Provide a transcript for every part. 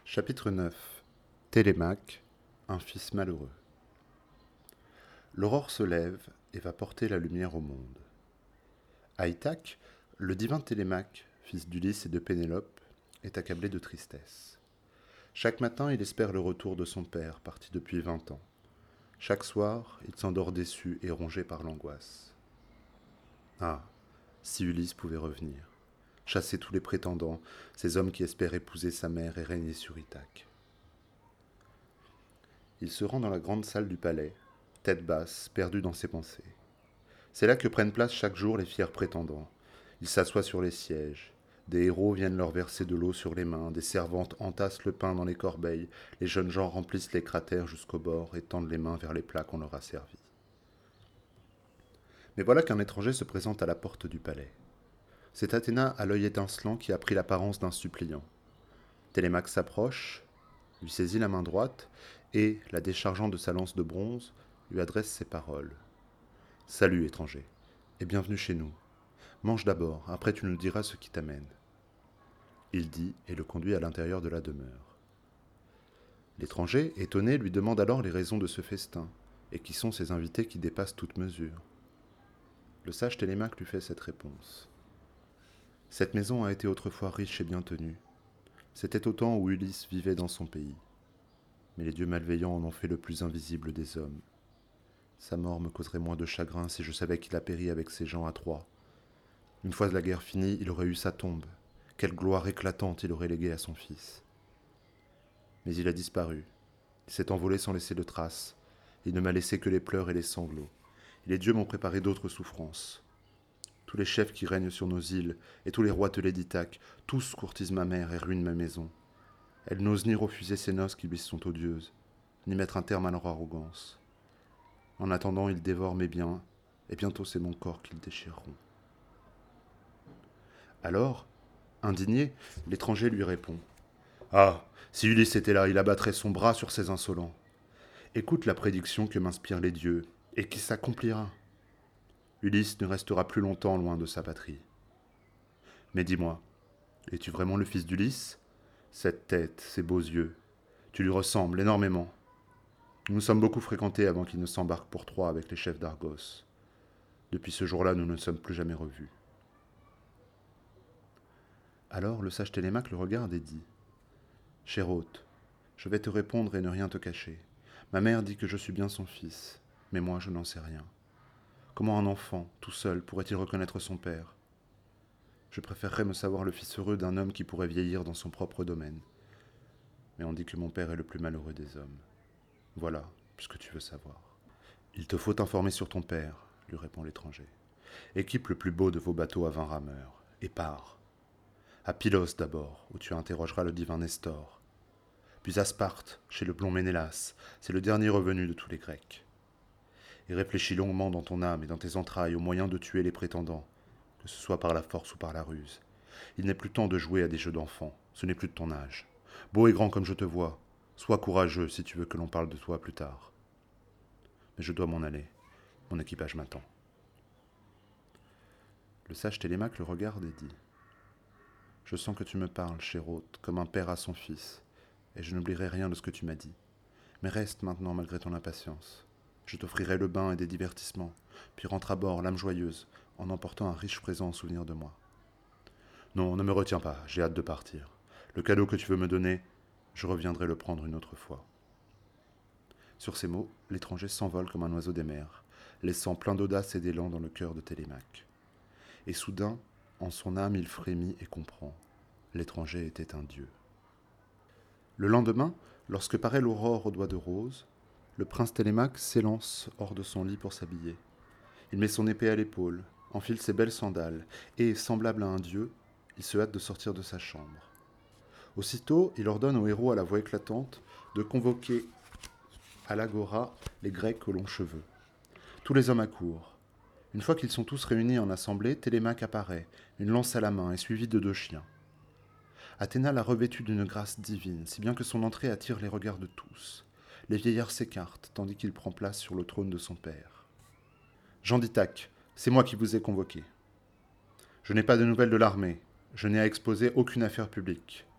Chapitre 9. Télémaque, un fils malheureux. L'aurore se lève et va porter la lumière au monde. À Ithaque, le divin Télémaque, fils d'Ulysse et de Pénélope, est accablé de tristesse. Chaque matin, il espère le retour de son père, parti depuis 20 ans. Chaque soir, il s'endort déçu et rongé par l'angoisse. Ah, si Ulysse pouvait revenir, chasser tous les prétendants, ces hommes qui espèrent épouser sa mère et régner sur Ithaque. Il se rend dans la grande salle du palais, tête basse, perdu dans ses pensées. C'est là que prennent place chaque jour les fiers prétendants. Ils s'assoient sur les sièges. Des héros viennent leur verser de l'eau sur les mains, des servantes entassent le pain dans les corbeilles, les jeunes gens remplissent les cratères jusqu'au bord et tendent les mains vers les plats qu'on leur a servis. Mais voilà qu'un étranger se présente à la porte du palais. C'est Athéna à l'œil étincelant qui a pris l'apparence d'un suppliant. Télémaque s'approche, lui saisit la main droite et, la déchargeant de sa lance de bronze, lui adresse ces paroles. « Salut, étranger, et bienvenue chez nous. Mange d'abord, après tu nous diras ce qui t'amène. » Il dit et le conduit à l'intérieur de la demeure. L'étranger, étonné, lui demande alors les raisons de ce festin, et qui sont ces invités qui dépassent toute mesure. Le sage Télémaque lui fait cette réponse. « Cette maison a été autrefois riche et bien tenue. C'était au temps où Ulysse vivait dans son pays. Mais les dieux malveillants en ont fait le plus invisible des hommes. Sa mort me causerait moins de chagrin si je savais qu'il a péri avec ses gens à Troie. Une fois la guerre finie, il aurait eu sa tombe. Quelle gloire éclatante il aurait léguée à son fils. Mais il a disparu. Il s'est envolé sans laisser de traces. Il ne m'a laissé que les pleurs et les sanglots. Et les dieux m'ont préparé d'autres souffrances. Tous les chefs qui règnent sur nos îles et tous les roitelets d'Ithaque, tous courtisent ma mère et ruinent ma maison. Elle n'ose ni refuser ces noces qui lui sont odieuses, ni mettre un terme à leur arrogance. En attendant, ils dévorent mes biens, et bientôt c'est mon corps qu'ils déchireront. » Alors, indigné, l'étranger lui répond. « Ah, si Ulysse était là, il abattrait son bras sur ces insolents. Écoute la prédiction que m'inspirent les dieux, et qui s'accomplira. Ulysse ne restera plus longtemps loin de sa patrie. Mais dis-moi, es-tu vraiment le fils d'Ulysse ? Cette tête, ces beaux yeux, tu lui ressembles énormément. Nous nous sommes beaucoup fréquentés avant qu'il ne s'embarque pour Troie avec les chefs d'Argos. Depuis ce jour-là, nous ne nous sommes plus jamais revus. » Alors le sage Télémaque le regarde et dit « Cher hôte, je vais te répondre et ne rien te cacher. Ma mère dit que je suis bien son fils, mais moi je n'en sais rien. Comment un enfant, tout seul, pourrait-il reconnaître son père ? Je préférerais me savoir le fils heureux d'un homme qui pourrait vieillir dans son propre domaine. Mais on dit que mon père est le plus malheureux des hommes. Voilà, puisque tu veux savoir. »« Il te faut t'informer sur ton père, lui répond l'étranger. Équipe le plus beau de vos bateaux à 20 rameurs, et pars. À Pylos d'abord, où tu interrogeras le divin Nestor. Puis à Sparte, chez le blond Ménélas, c'est le dernier revenu de tous les Grecs. Et réfléchis longuement dans ton âme et dans tes entrailles au moyen de tuer les prétendants, que ce soit par la force ou par la ruse. Il n'est plus temps de jouer à des jeux d'enfants, ce n'est plus de ton âge. Beau et grand comme je te vois, sois courageux si tu veux que l'on parle de toi plus tard. Mais je dois m'en aller, mon équipage m'attend. » Le sage Télémaque le regarde et dit « Je sens que tu me parles, cher hôte, comme un père à son fils, et je n'oublierai rien de ce que tu m'as dit. Mais reste maintenant malgré ton impatience. Je t'offrirai le bain et des divertissements, puis rentre à bord, l'âme joyeuse, en emportant un riche présent en souvenir de moi. Non, ne me retiens pas, j'ai hâte de partir. Le cadeau que tu veux me donner, je reviendrai le prendre une autre fois. » Sur ces mots, l'étranger s'envole comme un oiseau des mers, laissant plein d'audace et d'élan dans le cœur de Télémaque. Et soudain, en son âme, il frémit et comprend. L'étranger était un dieu. Le lendemain, lorsque paraît l'aurore aux doigts de rose, le prince Télémaque s'élance hors de son lit pour s'habiller. Il met son épée à l'épaule, enfile ses belles sandales, et, semblable à un dieu, il se hâte de sortir de sa chambre. Aussitôt, il ordonne aux héros à la voix éclatante de convoquer à l'agora les Grecs aux longs cheveux. Tous les hommes accourent. Une fois qu'ils sont tous réunis en assemblée, Télémaque apparaît, une lance à la main et suivi de 2 chiens. Athéna l'a revêtu d'une grâce divine, si bien que son entrée attire les regards de tous. Les vieillards s'écartent, tandis qu'il prend place sur le trône de son père. « Jean d'Ithaque, c'est moi qui vous ai convoqué. Je n'ai pas de nouvelles de l'armée, je n'ai à exposer aucune affaire publique.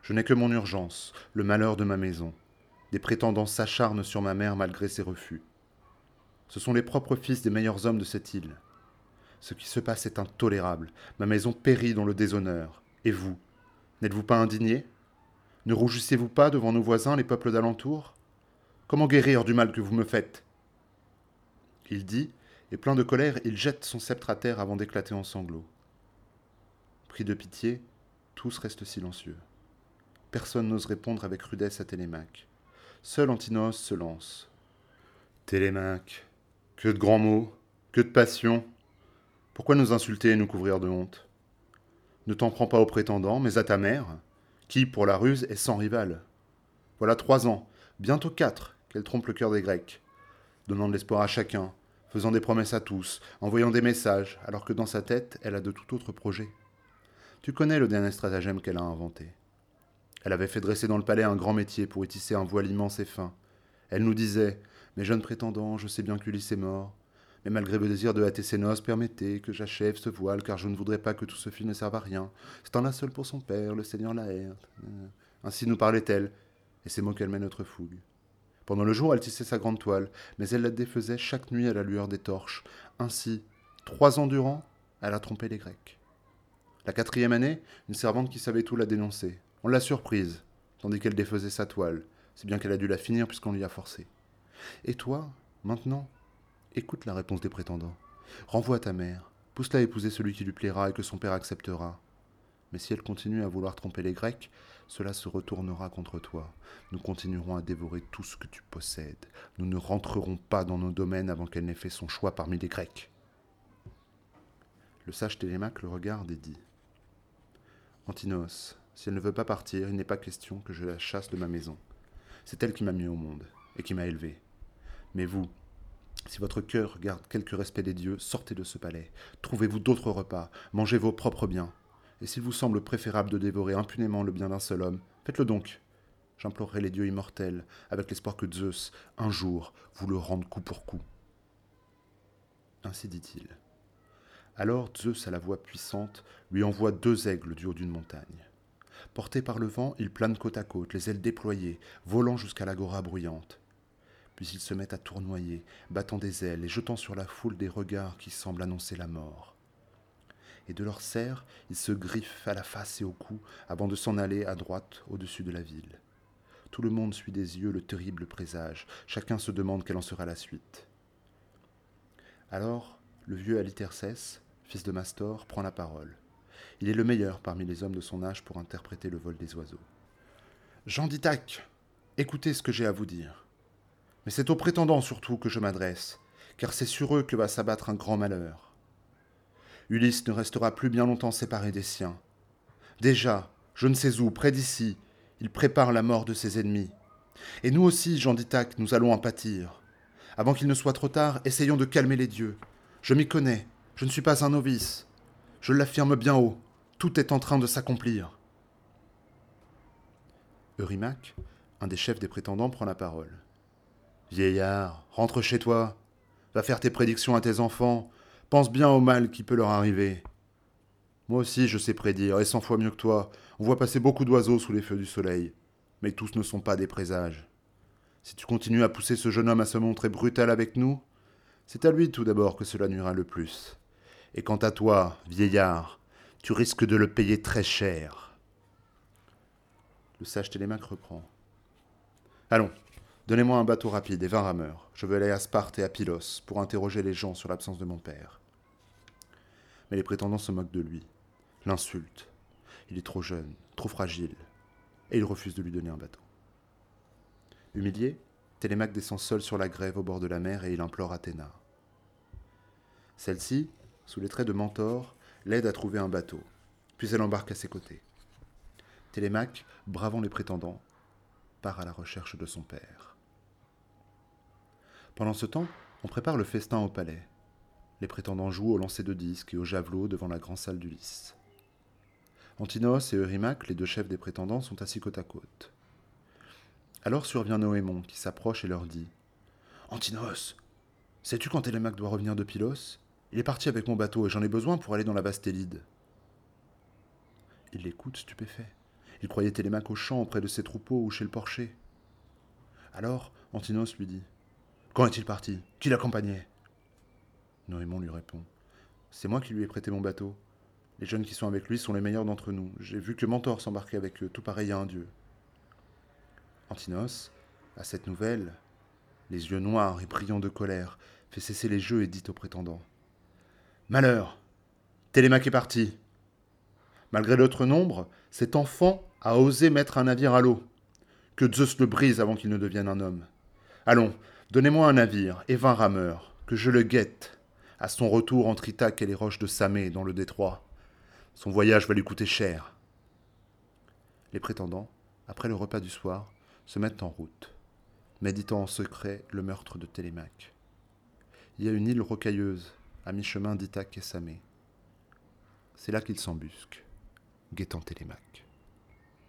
Je n'ai que mon urgence, le malheur de ma maison. Des prétendants s'acharnent sur ma mère malgré ses refus. Ce sont les propres fils des meilleurs hommes de cette île. Ce qui se passe est intolérable. Ma maison périt dans le déshonneur. Et vous, n'êtes-vous pas indigné? Ne rougissez-vous pas devant nos voisins, les peuples d'alentour? Comment guérir du mal que vous me faites? Il dit, et plein de colère, il jette son sceptre à terre avant d'éclater en sanglots. Pris de pitié, tous restent silencieux. Personne n'ose répondre avec rudesse à Télémaque. Seul Antinos se lance. Télémaque, que de grands mots, que de passion. Pourquoi nous insulter et nous couvrir de honte? Ne t'en prends pas aux prétendants, mais à ta mère, qui, pour la ruse, est sans rival. Voilà 3 ans, bientôt 4, qu'elle trompe le cœur des Grecs, donnant de l'espoir à chacun, faisant des promesses à tous, envoyant des messages, alors que dans sa tête, elle a de tout autre projet. Tu connais le dernier stratagème qu'elle a inventé. Elle avait fait dresser dans le palais un grand métier pour y tisser un voile immense et fin. Elle nous disait: mes jeunes prétendants, je sais bien qu'Ulysse est mort, mais malgré le désir de hâter ses noces, permettez que j'achève ce voile, car je ne voudrais pas que tout ce film ne serve à rien. C'est en a seul pour son père, le Seigneur Laerte. Ainsi nous parlait-elle, et c'est mots qu'elle met notre fougue. Pendant le jour, elle tissait sa grande toile, mais elle la défaisait chaque nuit à la lueur des torches. Ainsi, 3 ans durant, elle a trompé les Grecs. La 4e année, une servante qui savait tout l'a dénoncée. On l'a surprise, tandis qu'elle défaisait sa toile. C'est bien qu'elle a dû la finir puisqu'on l'y a forcée. Et toi, maintenant, écoute la réponse des prétendants. Renvoie ta mère, pousse-la épouser celui qui lui plaira et que son père acceptera. Mais si elle continue à vouloir tromper les Grecs, cela se retournera contre toi. Nous continuerons à dévorer tout ce que tu possèdes. Nous ne rentrerons pas dans nos domaines avant qu'elle n'ait fait son choix parmi les Grecs. Le sage Télémaque le regarde et dit: Antinos, si elle ne veut pas partir, il n'est pas question que je la chasse de ma maison. C'est elle qui m'a mis au monde et qui m'a élevé. Mais vous, si votre cœur garde quelque respect des dieux, sortez de ce palais. Trouvez-vous d'autres repas, mangez vos propres biens. Et s'il vous semble préférable de dévorer impunément le bien d'un seul homme, faites-le donc. J'implorerai les dieux immortels, avec l'espoir que Zeus, un jour, vous le rende coup pour coup. Ainsi dit-il. Alors Zeus, à la voix puissante, lui envoie 2 aigles du haut d'une montagne. Portés par le vent, ils planent côte à côte, les ailes déployées, volant jusqu'à l'agora bruyante. Puis ils se mettent à tournoyer, battant des ailes et jetant sur la foule des regards qui semblent annoncer la mort. Et de leurs serres, ils se griffent à la face et au cou avant de s'en aller à droite au-dessus de la ville. Tout le monde suit des yeux le terrible présage, chacun se demande quelle en sera la suite. Alors, le vieux Halithercès, fils de Mastor, prend la parole. Il est le meilleur parmi les hommes de son âge pour interpréter le vol des oiseaux. Jean d'Ithaque, écoutez ce que j'ai à vous dire. Mais c'est aux prétendants surtout que je m'adresse, car c'est sur eux que va s'abattre un grand malheur. Ulysse ne restera plus bien longtemps séparé des siens. Déjà, je ne sais où, près d'ici, il prépare la mort de ses ennemis. Et nous aussi, Jean d'Ithaque, nous allons en pâtir. Avant qu'il ne soit trop tard, essayons de calmer les dieux. Je m'y connais, je ne suis pas un novice. Je l'affirme bien haut, tout est en train de s'accomplir. Eurymaque, un des chefs des prétendants, prend la parole. Vieillard, rentre chez toi. Va faire tes prédictions à tes enfants. Pense bien au mal qui peut leur arriver. Moi aussi, je sais prédire, et 100 fois mieux que toi. On voit passer beaucoup d'oiseaux sous les feux du soleil. Mais tous ne sont pas des présages. Si tu continues à pousser ce jeune homme à se montrer brutal avec nous, c'est à lui tout d'abord que cela nuira le plus. Et quant à toi, vieillard, tu risques de le payer très cher. Le sage Télémaque reprend. Allons, donnez-moi un bateau rapide et 20 rameurs. Je veux aller à Sparte et à Pylos pour interroger les gens sur l'absence de mon père. Mais les prétendants se moquent de lui, l'insultent. Il est trop jeune, trop fragile, et ils refusent de lui donner un bateau. Humilié, Télémaque descend seul sur la grève au bord de la mer et il implore Athéna. Celle-ci, sous les traits de Mentor, l'aide à trouver un bateau, puis elle embarque à ses côtés. Télémaque, bravant les prétendants, part à la recherche de son père. Pendant ce temps, on prépare le festin au palais. Les prétendants jouent au lancer de disques et au javelot devant la grande salle d'Ulysse. Antinos et Eurymaque, les 2 chefs des prétendants, sont assis côte à côte. Alors survient Noémon qui s'approche et leur dit « Antinos, sais-tu quand Télémaque doit revenir de Pylos? Il est parti avec mon bateau et j'en ai besoin pour aller dans la vaste Élide. » Il l'écoute stupéfait. Il croyait Télémaque au champ auprès de ses troupeaux ou chez le porcher. Alors, Antinos lui dit: Quand est-il parti? Qui l'accompagnait? Noémon lui répond: C'est moi qui lui ai prêté mon bateau. Les jeunes qui sont avec lui sont les meilleurs d'entre nous. J'ai vu que Mentor s'embarquait avec eux, tout pareil à un dieu. Antinos, à cette nouvelle, les yeux noirs et brillants de colère, fait cesser les jeux et dit au prétendant: Malheur! Télémaque est parti. Malgré notre nombre, cet enfant a osé mettre un navire à l'eau. Que Zeus le brise avant qu'il ne devienne un homme. Allons, donnez-moi un navire et 20 rameurs, que je le guette, à son retour entre Ithaque et les roches de Samé, dans le détroit. Son voyage va lui coûter cher. Les prétendants, après le repas du soir, se mettent en route, méditant en secret le meurtre de Télémaque. Il y a une île rocailleuse, à mi-chemin d'Ithaque et Samé. C'est là qu'ils s'embusquent, guettant Télémaque.